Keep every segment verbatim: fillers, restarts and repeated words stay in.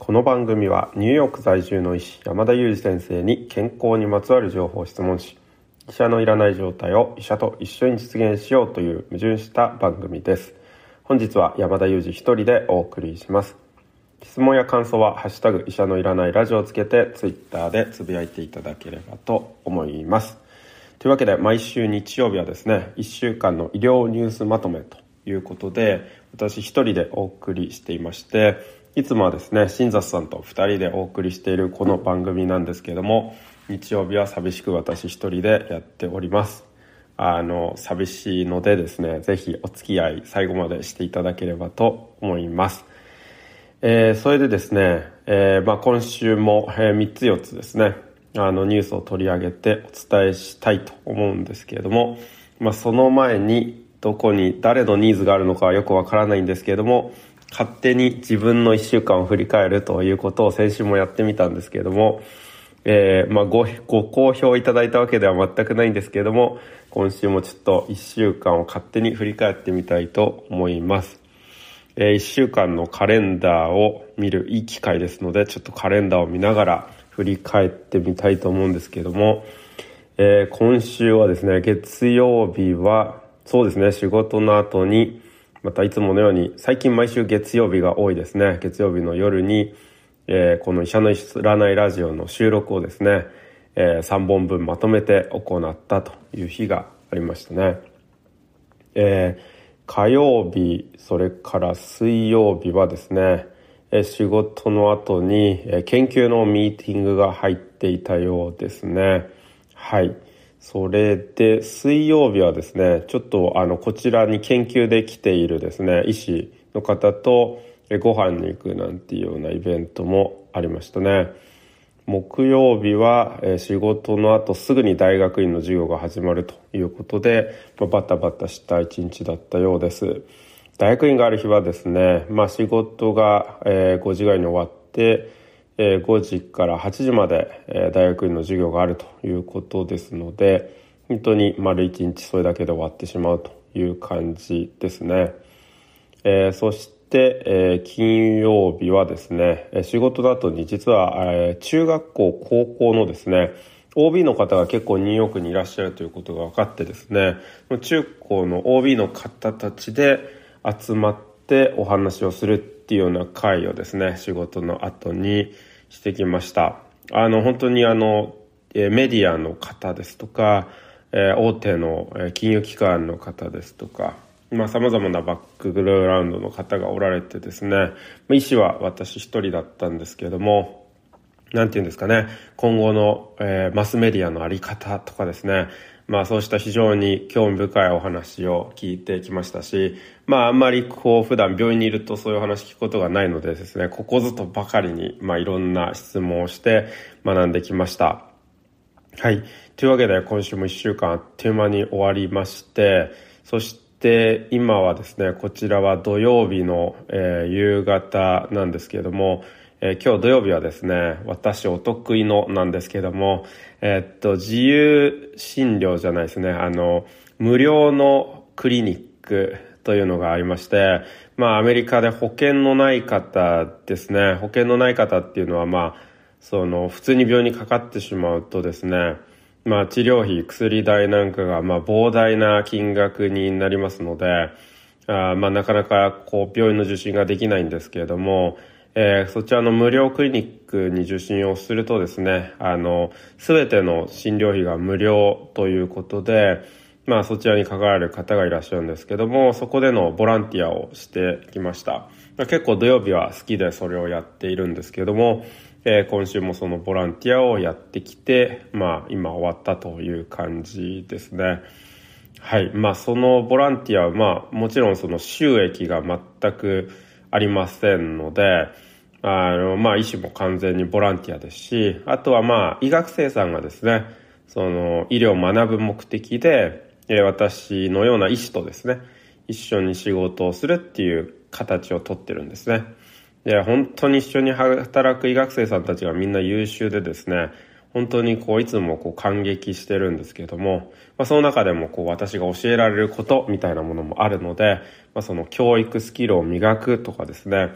この番組はニューヨーク在住の医師山田裕二先生に健康にまつわる情報を質問し、医者のいらない状態を医者と一緒に実現しようという矛盾した番組です。本日は山田裕二一人でお送りします。質問や感想はハッシュタグ医者のいらないラジオをつけてツイッターでつぶやいていただければと思います。というわけで毎週日曜日はですね、いっしゅうかんの医療ニュースまとめということで、私一人でお送りしていまして、いつもはですね新雑さんとふたりでお送りしているこの番組なんですけれども、日曜日は寂しく私一人でやっております。あの寂しいのでですね、ぜひお付き合い最後までしていただければと思います。えー、それでですね、えーまあ、今週も、えー、みっつよっつですね、あのニュースを取り上げてお伝えしたいと思うんですけれども、まあ、その前にどこに誰のニーズがあるのかはよくわからないんですけれども、勝手に自分のいっしゅうかんを振り返るということを先週もやってみたんですけれども、えーまあ、ご, ご好評いただいたわけでは全くないんですけれども、今週もちょっといっしゅうかんを勝手に振り返ってみたいと思います。えー、いっしゅうかんのカレンダーを見るいい機会ですので、ちょっとカレンダーを見ながら振り返ってみたいと思うんですけれども、えー、今週はですね、月曜日はそうですね、仕事の後にまたいつものように、最近毎週月曜日が多いですね。月曜日の夜に、えー、この医者のいらないラジオの収録をですね、えー、さんぼんぶんまとめて行ったという日がありましたね。えー火曜日、それから水曜日はですね、え仕事の後にえ研究のミーティングが入っていたようですね。はい。それで水曜日はですね、ちょっとあのこちらに研究で来ているですね、医師の方とご飯に行くなんていうようなイベントもありましたね。木曜日は仕事の後すぐに大学院の授業が始まるということで、まあ、バタバタした一日だったようです。大学院がある日はですね、まあ、仕事がごじぐらいに終わってごじからはちじまで大学院の授業があるということですので、本当に丸一日それだけで終わってしまうという感じですね。えー、そしてで、えー、金曜日はですね、仕事の後に実は、えー、中学校高校のですね オービー の方が結構ニューヨークにいらっしゃるということが分かってですね、中高の オービー の方たちで集まってお話をするっていうような会をですね、仕事の後にしてきました。あの本当にあのメディアの方ですとか、えー、大手の金融機関の方ですとか、まあ、様々なバックグラウンドの方がおられてですね、医師は私一人だったんですけれども、なんていうんですかね、今後の、えー、マスメディアのあり方とかですね、まあそうした非常に興味深いお話を聞いてきましたし、まああんまりこう普段病院にいるとそういう話聞くことがないのでですね、ここぞとばかりにまあいろんな質問をして学んできました。はい。というわけで今週も一週間あっという間に終わりまして、そしてで今はですね、こちらは土曜日の、えー、夕方なんですけれども、えー、今日土曜日はですね、私お得意のなんですけれども、えー、っと自由診療じゃないですね、あの無料のクリニックというのがありまして、まあアメリカで保険のない方ですね、保険のない方っていうのはまあその普通に病にかかってしまうとですね、まあ治療費、薬代なんかがまあ膨大な金額になりますので、あまあなかなかこう病院の受診ができないんですけれども、えー、そちらの無料クリニックに受診をするとですね、あの全ての診療費が無料ということで、まあそちらに関わる方がいらっしゃるんですけども、そこでのボランティアをしてきました。結構土曜日は好きでそれをやっているんですけども、えー、今週もそのボランティアをやってきて、まあ今終わったという感じですね。はい。まあそのボランティアはまあもちろんその収益が全くありませんので、あのまあ医師も完全にボランティアですし、あとはまあ医学生さんがですね、その医療を学ぶ目的で、えー、私のような医師とですね、一緒に仕事をするっていう形をとってるんですね。で本当に一緒に働く医学生さんたちがみんな優秀でですね、本当にこういつもこう感激してるんですけれども、まあ、その中でもこう私が教えられることみたいなものもあるので、まあ、その教育スキルを磨くとかですね、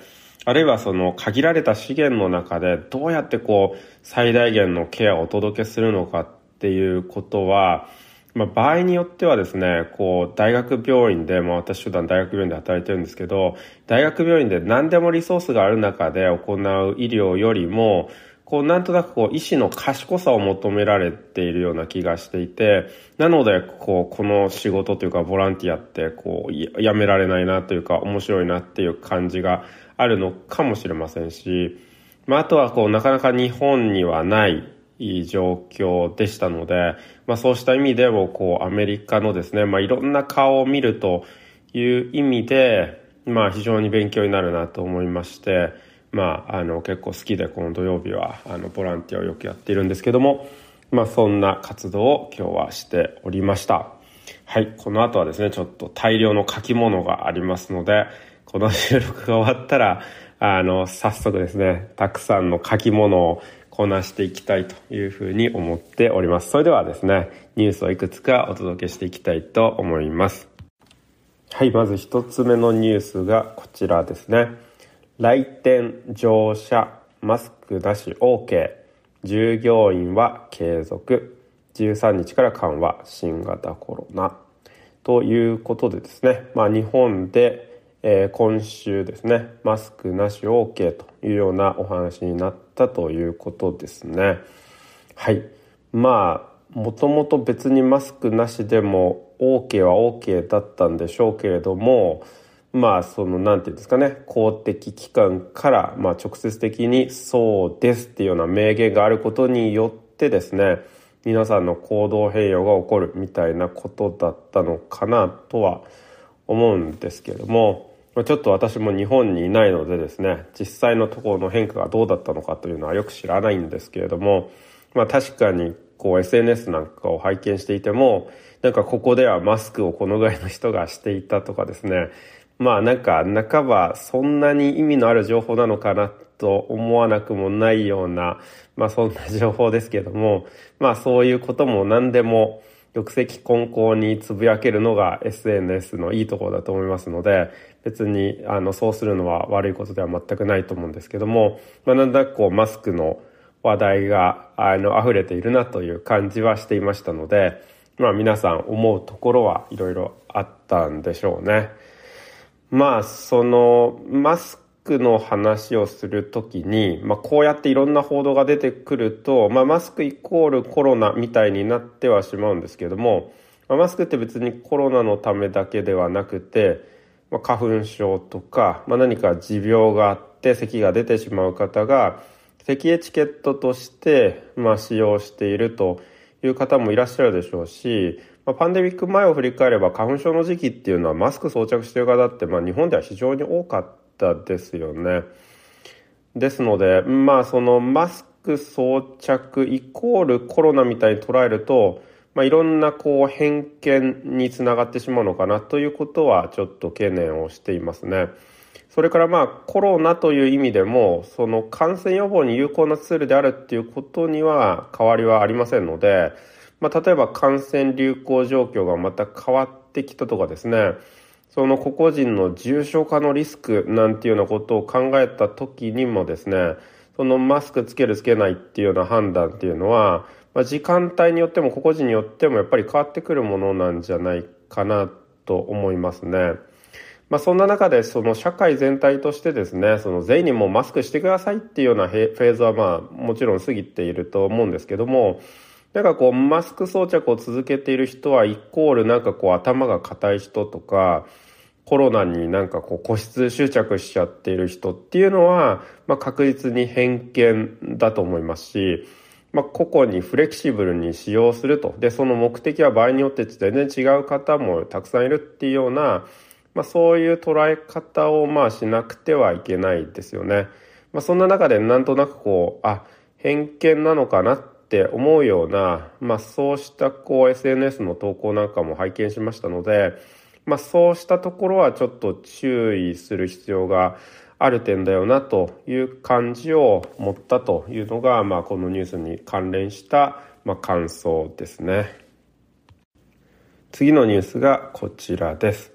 あるいはその限られた資源の中でどうやってこう最大限のケアをお届けするのかっていうことは、まあ、場合によってはですね、こう大学病院で、まあ、私普段大学病院で働いてるんですけど、大学病院で何でもリソースがある中で行う医療よりも、こうなんとなくこう医師の賢さを求められているような気がしていて、なのでこうこの仕事というかボランティアってこうやめられないなというか面白いなっていう感じがあるのかもしれませんし、まあ、あとはこうなかなか日本にはない状況でしたので、まあ、そうした意味でもこうアメリカのですね、まあ、いろんな顔を見るという意味で、まあ、非常に勉強になるなと思いまして、まあ、あの結構好きでこの土曜日はあのボランティアをよくやっているんですけども、まあ、そんな活動を今日はしておりました。はい、この後はですねちょっと大量の書き物がありますので、この収録が終わったらあの早速ですねたくさんの書き物をこなしていきたいというふうに思っております。それではですねニュースをいくつかお届けしていきたいと思います。はい、まず一つ目のニュースがこちらですね。来店乗車マスクなし OK、 従業員は継続、じゅうさんにちから緩和新型コロナということでですね、まあ、日本で、えー、今週ですねマスクなし OK というようなお話になったということですね。はい、まあもともと別にマスクなしでも OK は OK だったんでしょうけれども、まあそのなんていうんですかね、公的機関からまあ直接的にそうですっていうような明言があることによってですね、皆さんの行動変容が起こるみたいなことだったのかなとは思うんですけれども、ちょっと私も日本にいないのでですね、実際のところの変化がどうだったのかというのはよく知らないんですけれども、まあ確かにこう エスエヌエス なんかを拝見していても、なんかここではマスクをこのぐらいの人がしていたとかですね、まあなんか半ばそんなに意味のある情報なのかなと思わなくもないような、まあそんな情報ですけれども、まあそういうことも何でも玉石混交につぶやけるのが エスエヌエス のいいところだと思いますので、別にあのそうするのは悪いことでは全くないと思うんですけども、まあなんだかこうマスクの話題があの溢れているなという感じはしていましたので、まあ皆さん思うところはいろいろあったんでしょうね。まあそのマスクの話をするときに、まあ、こうやっていろんな報道が出てくると、まあ、マスクイコールコロナみたいになってはしまうんですけども、まあ、マスクって別にコロナのためだけではなくて、まあ、花粉症とか、まあ、何か持病があって咳が出てしまう方が咳エチケットとしてまあ使用しているという方もいらっしゃるでしょうし、まあ、パンデミック前を振り返れば花粉症の時期っていうのはマスク装着している方って、まあ、日本では非常に多かったですよね。ですので、まあそのマスク装着イコールコロナみたいに捉えると、まあ、いろんなこう偏見につながってしまうのかなということはちょっと懸念をしていますね。それからまあコロナという意味でもその感染予防に有効なツールであるっていうことには変わりはありませんので、まあ、例えば感染流行状況がまた変わってきたとかですね、その個々人の重症化のリスクなんていうようなことを考えた時にもですね、そのマスクつけるつけないっていうような判断っていうのは、まあ、時間帯によっても個々人によってもやっぱり変わってくるものなんじゃないかなと思いますね。まあ、そんな中でその社会全体としてですね、その全員にもマスクしてくださいっていうようなフェーズはまあもちろん過ぎていると思うんですけども、なんかこうマスク装着を続けている人はイコールなんかこう頭が硬い人とか、コロナになんかこう固執執着しちゃっている人っていうのは、まあ、確実に偏見だと思いますし、まあ、個々にフレキシブルに使用すると。で、その目的は場合によって全然違う方もたくさんいるっていうような、まあ、そういう捉え方をまあしなくてはいけないですよね。まあ、そんな中でなんとなくこう、あ、偏見なのかなって思うような、まあ、そうしたこう エスエヌエス の投稿なんかも拝見しましたので、まあ、そうしたところはちょっと注意する必要がある点だよなという感じを持ったというのが、まあ、このニュースに関連した、まあ、感想ですね。次のニュースがこちらです。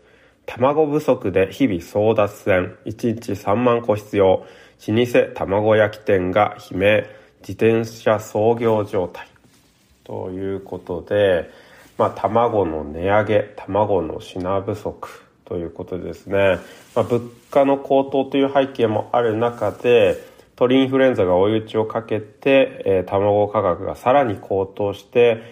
卵不足で日々争奪戦、いちにちさんまんこ必要、老舗卵焼き店が悲鳴、自転車操業状態ということで、まあ、卵の値上げ、卵の品不足ということでですね、まあ、物価の高騰という背景もある中で、鳥インフルエンザが追い打ちをかけて、えー、卵価格がさらに高騰して、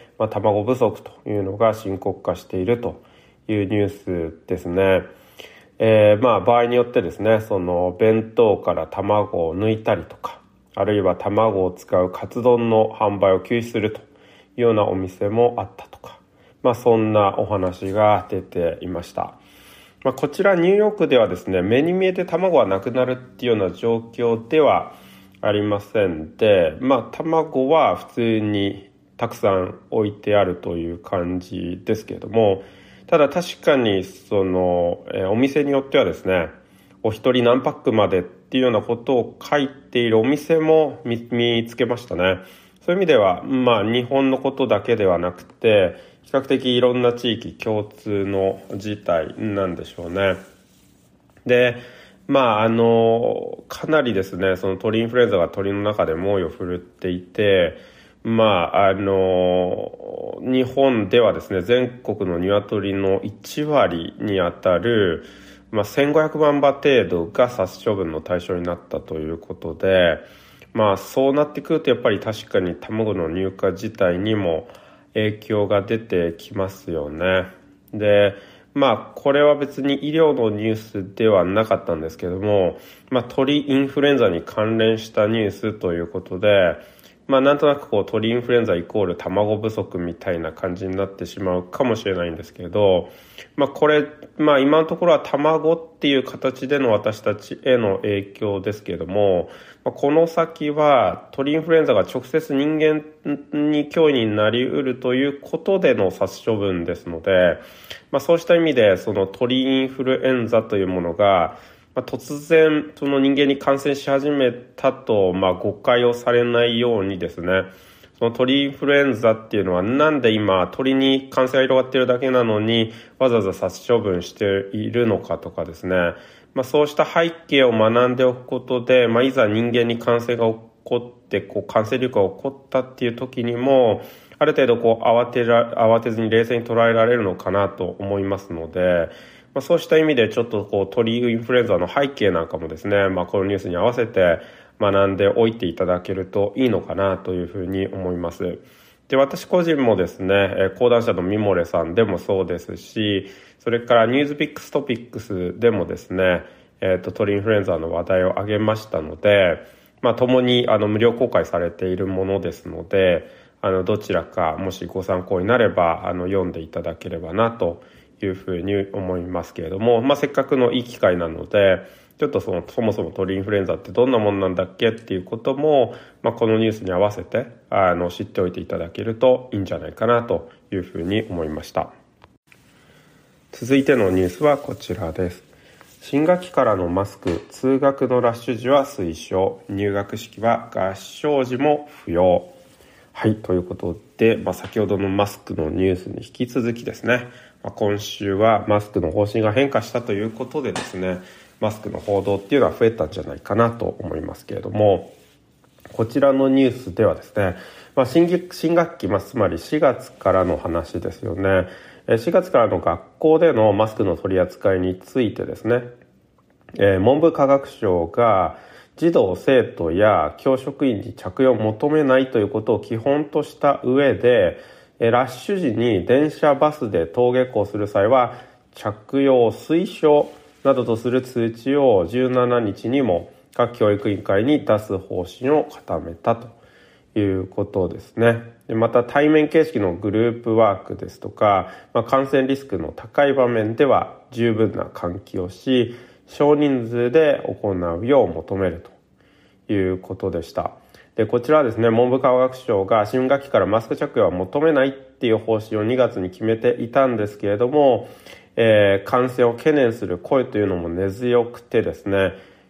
まあ、卵不足というのが深刻化しているというニュースですね。えー、まあ場合によってですね、その弁当から卵を抜いたりとか、あるいは卵を使うカツ丼の販売を休止するというようなお店もあったとか、まあそんなお話が出ていました。まあ、こちらニューヨークではですね、目に見えて卵はなくなるっていうような状況ではありませんで、まあ卵は普通にたくさん置いてあるという感じですけれども、ただ確かにその、えー、お店によってはですね、お一人何パックまでっていうようなことを書いているお店も 見, 見つけましたね。そういう意味では、まあ日本のことだけではなくて、比較的いろんな地域共通の事態なんでしょうね。で、まああの、かなりですね、その鳥インフルエンザが鳥の中で猛威を振るっていて、まああの、日本ではですね、全国の鶏のいちわりにあたる、まあ、せんごひゃくまんば程度が殺処分の対象になったということで、まあそうなってくるとやっぱり確かに卵の入荷自体にも影響が出てきますよね。で、まあこれは別に医療のニュースではなかったんですけども、まあ鳥インフルエンザに関連したニュースということで、まあなんとなくこう鳥インフルエンザイコール卵不足みたいな感じになってしまうかもしれないんですけど、まあこれ、まあ今のところは卵っていう形での私たちへの影響ですけれども、この先は鳥インフルエンザが直接人間に脅威になり得るということでの殺処分ですので、まあそうした意味でその鳥インフルエンザというものがまあ、突然その人間に感染し始めたと、まあ、誤解をされないようにですね、その鳥インフルエンザっていうのはなんで今鳥に感染が広がっているだけなのにわざわざ殺処分しているのかとかですね、まあ、そうした背景を学んでおくことで、まあ、いざ人間に感染が起こってこう感染流行が起こったっていう時にもある程度こう慌てら慌てずに冷静に捉えられるのかなと思いますので、まあ、そうした意味でちょっとこう鳥インフルエンザの背景なんかもですね、まあ、このニュースに合わせて学んでおいていただけるといいのかなというふうに思います。で、私個人もですね、講談社のミモレさんでもそうですし、それからニュースピックストピックスでもですね、えっと、鳥インフルエンザの話題を挙げましたので、まあ、共にあの無料公開されているものですので、あの、どちらかもしご参考になれば、あの、読んでいただければなというふうに思いますけれども、まあ、せっかくのいい機会なので、ちょっとその、そもそも鳥インフルエンザってどんなものなんだっけっていうことも、まあ、このニュースに合わせて、あの、知っておいていただけるといいんじゃないかなというふうに思いました。続いてのニュースはこちらです。新学期からのマスク、通学のラッシュ時は推奨、入学式は合唱時も不要。はい、ということで、まあ、先ほどのマスクのニュースに引き続きですね、まあ、今週はマスクの方針が変化したということでですね、マスクの報道っていうのは増えたんじゃないかなと思いますけれども、こちらのニュースではですね、まあ、新, 新学期、まあ、つまりしがつからの話ですよね。しがつからの学校でのマスクの取り扱いについてですね、えー、文部科学省が児童生徒や教職員に着用を求めないということを基本とした上で、ラッシュ時に電車バスで登下校する際は着用推奨などとする通知をじゅうしちにちにも各教育委員会に出す方針を固めたということですね。また対面形式のグループワークですとか、まあ、感染リスクの高い場面では十分な換気をし、少人数で行うよう求めるということでした。で、こちらはですね、文部科学省が新学期からマスク着用は求めないっていう方針をにがつに決めていたんですけれども、えー、感染を懸念する声というのも根強くてですね、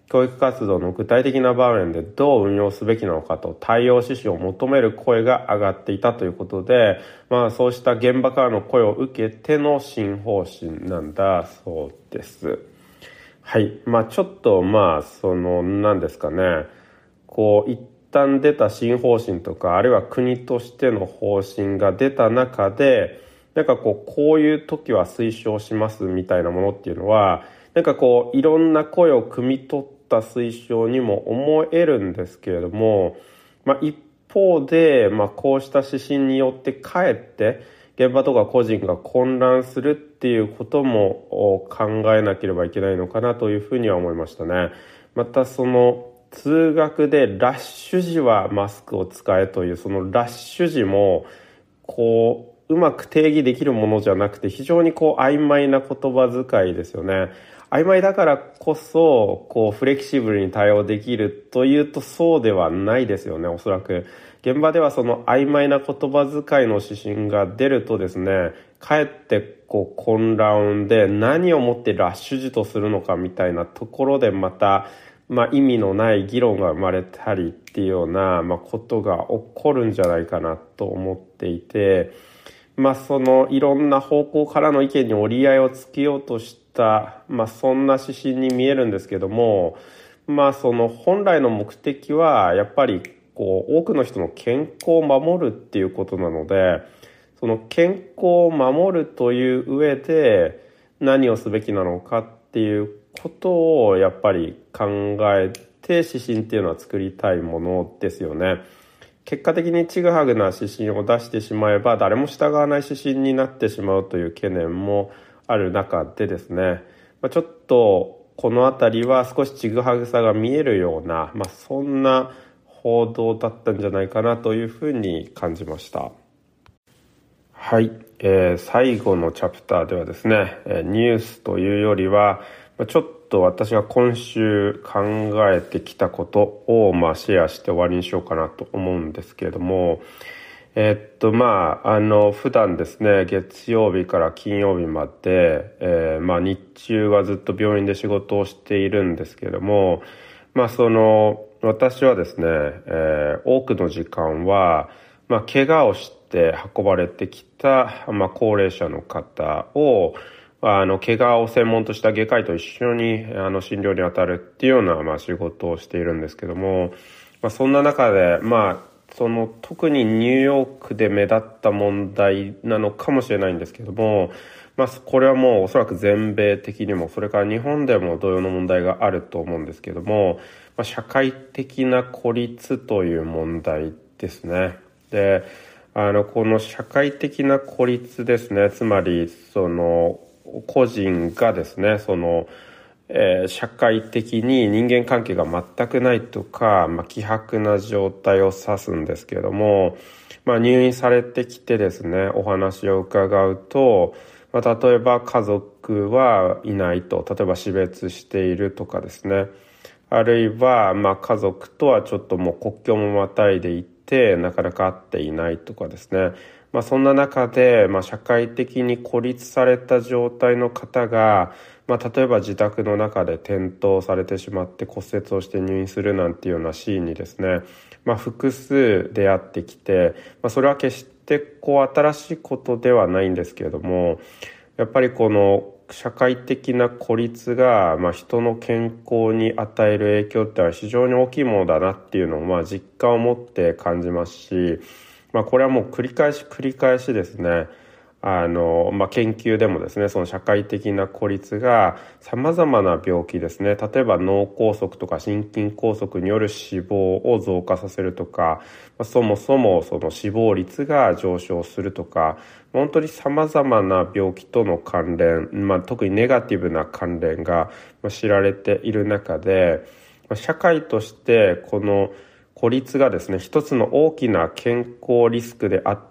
教育活動の具体的な場面でどう運用すべきなのかと対応指針を求める声が上がっていたということで、まあそうした現場からの声を受けての新方針なんだそうです。はい。まあちょっとまあその何ですかね、こう一旦出た新方針とか、あるいは国としての方針が出た中で、なんかこうこういう時は推奨しますみたいなものっていうのは、なんかこういろんな声を汲み取った推奨にも思えるんですけれども、まあ一方で、まあこうした指針によってかえって現場とか個人が混乱するっていうことも考えなければいけないのかなというふうには思いましたね。またその通学でラッシュ時はマスクを使えというそのラッシュ時もこううまく定義できるものじゃなくて、非常にこう曖昧な言葉遣いですよね。曖昧だからこそこうフレキシブルに対応できるというとそうではないですよね。おそらく現場ではその曖昧な言葉遣いの指針が出るとですね、かえってこう混乱で何をもってラッシュ時とするのかみたいなところでまたまあ意味のない議論が生まれたりっていうようなまあことが起こるんじゃないかなと思っていて、まあそのいろんな方向からの意見に折り合いをつけようとしたまあそんな指針に見えるんですけども、まあその本来の目的はやっぱりこう多くの人の健康を守るっていうことなので、その健康を守るという上で何をすべきなのかっていうことをやっぱり考えて指針っていうのは作りたいものですよね。結果的にちぐはぐな指針を出してしまえば誰も従わない指針になってしまうという懸念もある中でですね、ちょっとこのあたりは少しちぐはぐさが見えるような、まあ、そんな報道だったんじゃないかなというふうに感じました。はい、えー、最後のチャプターではですね、ニュースというよりはちょっと私が今週考えてきたことをまあシェアして終わりにしようかなと思うんですけれども、えー、っとまああの普段ですね、月曜日から金曜日まで、えー、まあ日中はずっと病院で仕事をしているんですけれども、まあその私はですね、えー、多くの時間はまあ怪我をして運ばれてきたまあ高齢者の方をあの怪我を専門とした外科医と一緒にあの診療に当たるっていうようなまあ仕事をしているんですけども、まあ、そんな中でまあその特にニューヨークで目立った問題なのかもしれないんですけども、まあこれはもうおそらく全米的にもそれから日本でも同様の問題があると思うんですけども、まあ、社会的な孤立という問題ですね。で、あのこの社会的な孤立ですね、つまりその個人がですね、その、えー、社会的に人間関係が全くないとか、まあ、希薄な状態を指すんですけれども、まあ、入院されてきてですね、お話を伺うと、まあ、例えば家族はいないと、例えば死別しているとかですね、あるいはまあ家族とはちょっともう国境もまたいでいてなかなか会っていないとかですね、まあ、そんな中で、まあ、社会的に孤立された状態の方が、まあ、例えば自宅の中で転倒されてしまって骨折をして入院するなんていうようなシーンにですね、まあ、複数出会ってきて、まあ、それは決してこう新しいことではないんですけれども、やっぱりこの社会的な孤立が、まあ、人の健康に与える影響ってのは非常に大きいものだなっていうのを、まあ、実感を持って感じますし、まあ、これはもう繰り返し繰り返しですね、あの、まあ、研究でもですね、その社会的な孤立が様々な病気ですね、例えば脳梗塞とか心筋梗塞による死亡を増加させるとか、まあ、そもそもその死亡率が上昇するとか、本当に様々な病気との関連、まあ、特にネガティブな関連が知られている中で、社会としてこの孤立がですね、一つの大きな健康リスクであって、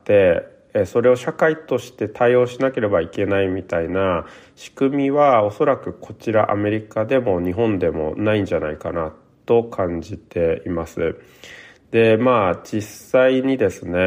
それを社会として対応しなければいけないみたいな仕組みはおそらくこちらアメリカでも日本でもないんじゃないかなと感じています。で、まあ実際にですね、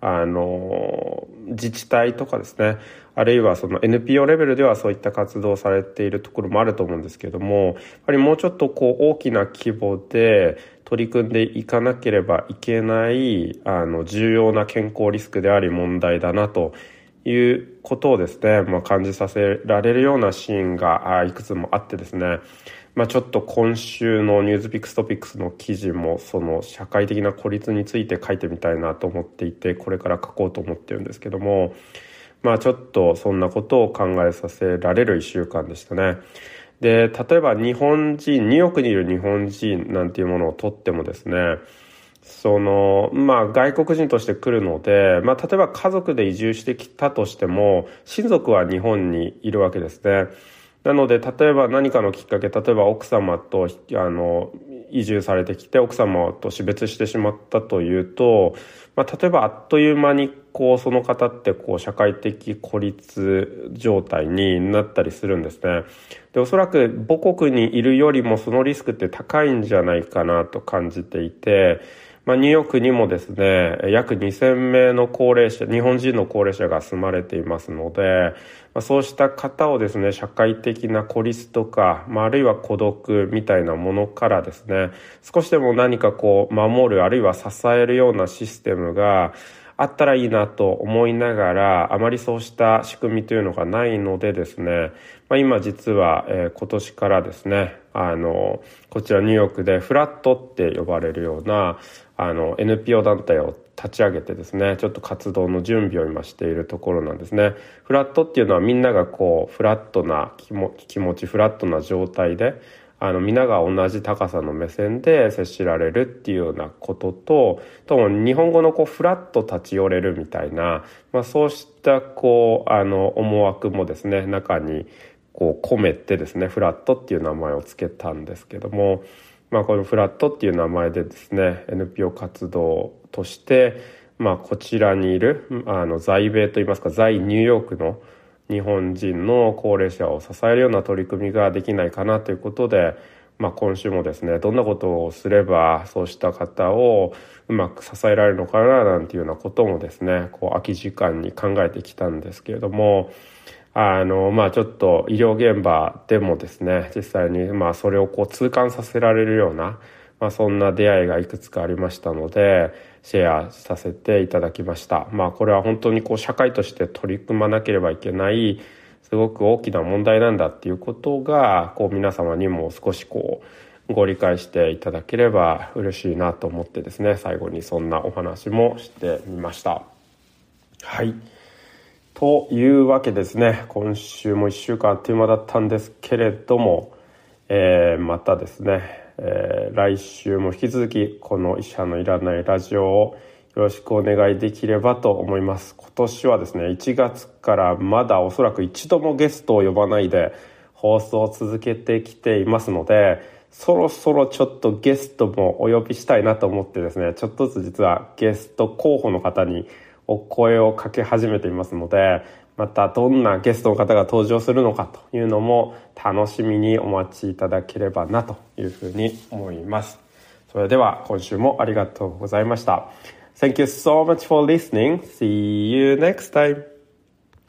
あの自治体とかですね、あるいはその エヌピーオー レベルではそういった活動をされているところもあると思うんですけれども、やっぱりもうちょっとこう大きな規模で取り組んでいかなければいけないあの重要な健康リスクであり問題だなということをですね、まあ、感じさせられるようなシーンがいくつもあってですね、まあ、ちょっと今週のニュースピックストピックスの記事もその社会的な孤立について書いてみたいなと思っていて、これから書こうと思ってるんですけども、まあちょっとそんなことを考えさせられる一週間でしたね。で、例えば日本人、ニューヨークにいる日本人なんていうものをとってもですね、そのまあ外国人として来るので、まあ例えば家族で移住してきたとしても親族は日本にいるわけですね。なので例えば何かのきっかけ、例えば奥様とあの移住されてきて奥様と死別してしまったというと、まあ、例えばあっという間にこうその方ってこう社会的孤立状態になったりするんですね。で、おそらく母国にいるよりもそのリスクって高いんじゃないかなと感じていて、まあ、ニューヨークにもですね、約にせんめいの高齢者、日本人の高齢者が住まれていますので、まあ、そうした方をですね、社会的な孤立とか、まあ、あるいは孤独みたいなものからですね、少しでも何かこう守る、あるいは支えるようなシステムがあったらいいなと思いながら、あまりそうした仕組みというのがないのでですね、まあ、今実は、えー、今年からですね、あのこちらニューヨークでフラットって呼ばれるようなあの エヌピーオー 団体を立ち上げてですね、ちょっと活動の準備を今しているところなんですね。フラットっていうのはみんながこうフラットな気も気持ち、フラットな状態で、あの皆が同じ高さの目線で接しられるっていうようなことと、とも日本語のこうフラット立ち寄れるみたいな、まあ、そうしたこうあの思惑もですね、中にこう込めてですね、フラットっていう名前をつけたんですけども、まあ、このフラットっていう名前でですね、 エヌピーオー 活動として、まあ、こちらにいるあの在米といいますか在ニューヨークの日本人の高齢者を支えるような取り組みができないかなということで、まあ、今週もですね、どんなことをすればそうした方をうまく支えられるのかななんていうようなこともですね、こう空き時間に考えてきたんですけれども、あのまあちょっと医療現場でもですね、実際にまあそれをこう痛感させられるような、まあ、そんな出会いがいくつかありましたのでシェアさせていただきました。まあこれは本当にこう社会として取り組まなければいけないすごく大きな問題なんだっていうことがこう皆様にも少しこうご理解していただければ嬉しいなと思ってですね、最後にそんなお話もしてみました。はい、というわけですね、今週もいっしゅうかんあっという間だったんですけれども、えー、またですね、えー、来週も引き続きこの医者のいらないラジオをよろしくお願いできればと思います。今年はですね、いちがつからまだおそらく一度もゲストを呼ばないで放送を続けてきていますので、そろそろちょっとゲストもお呼びしたいなと思ってですね、ちょっとずつ実はゲスト候補の方にお声をかけ始めていますので、またどんなゲストの方が登場するのかというのも楽しみにお待ちいただければなというふうに思います。それでは今週もありがとうございました。Thank you so much for listening. See you next time.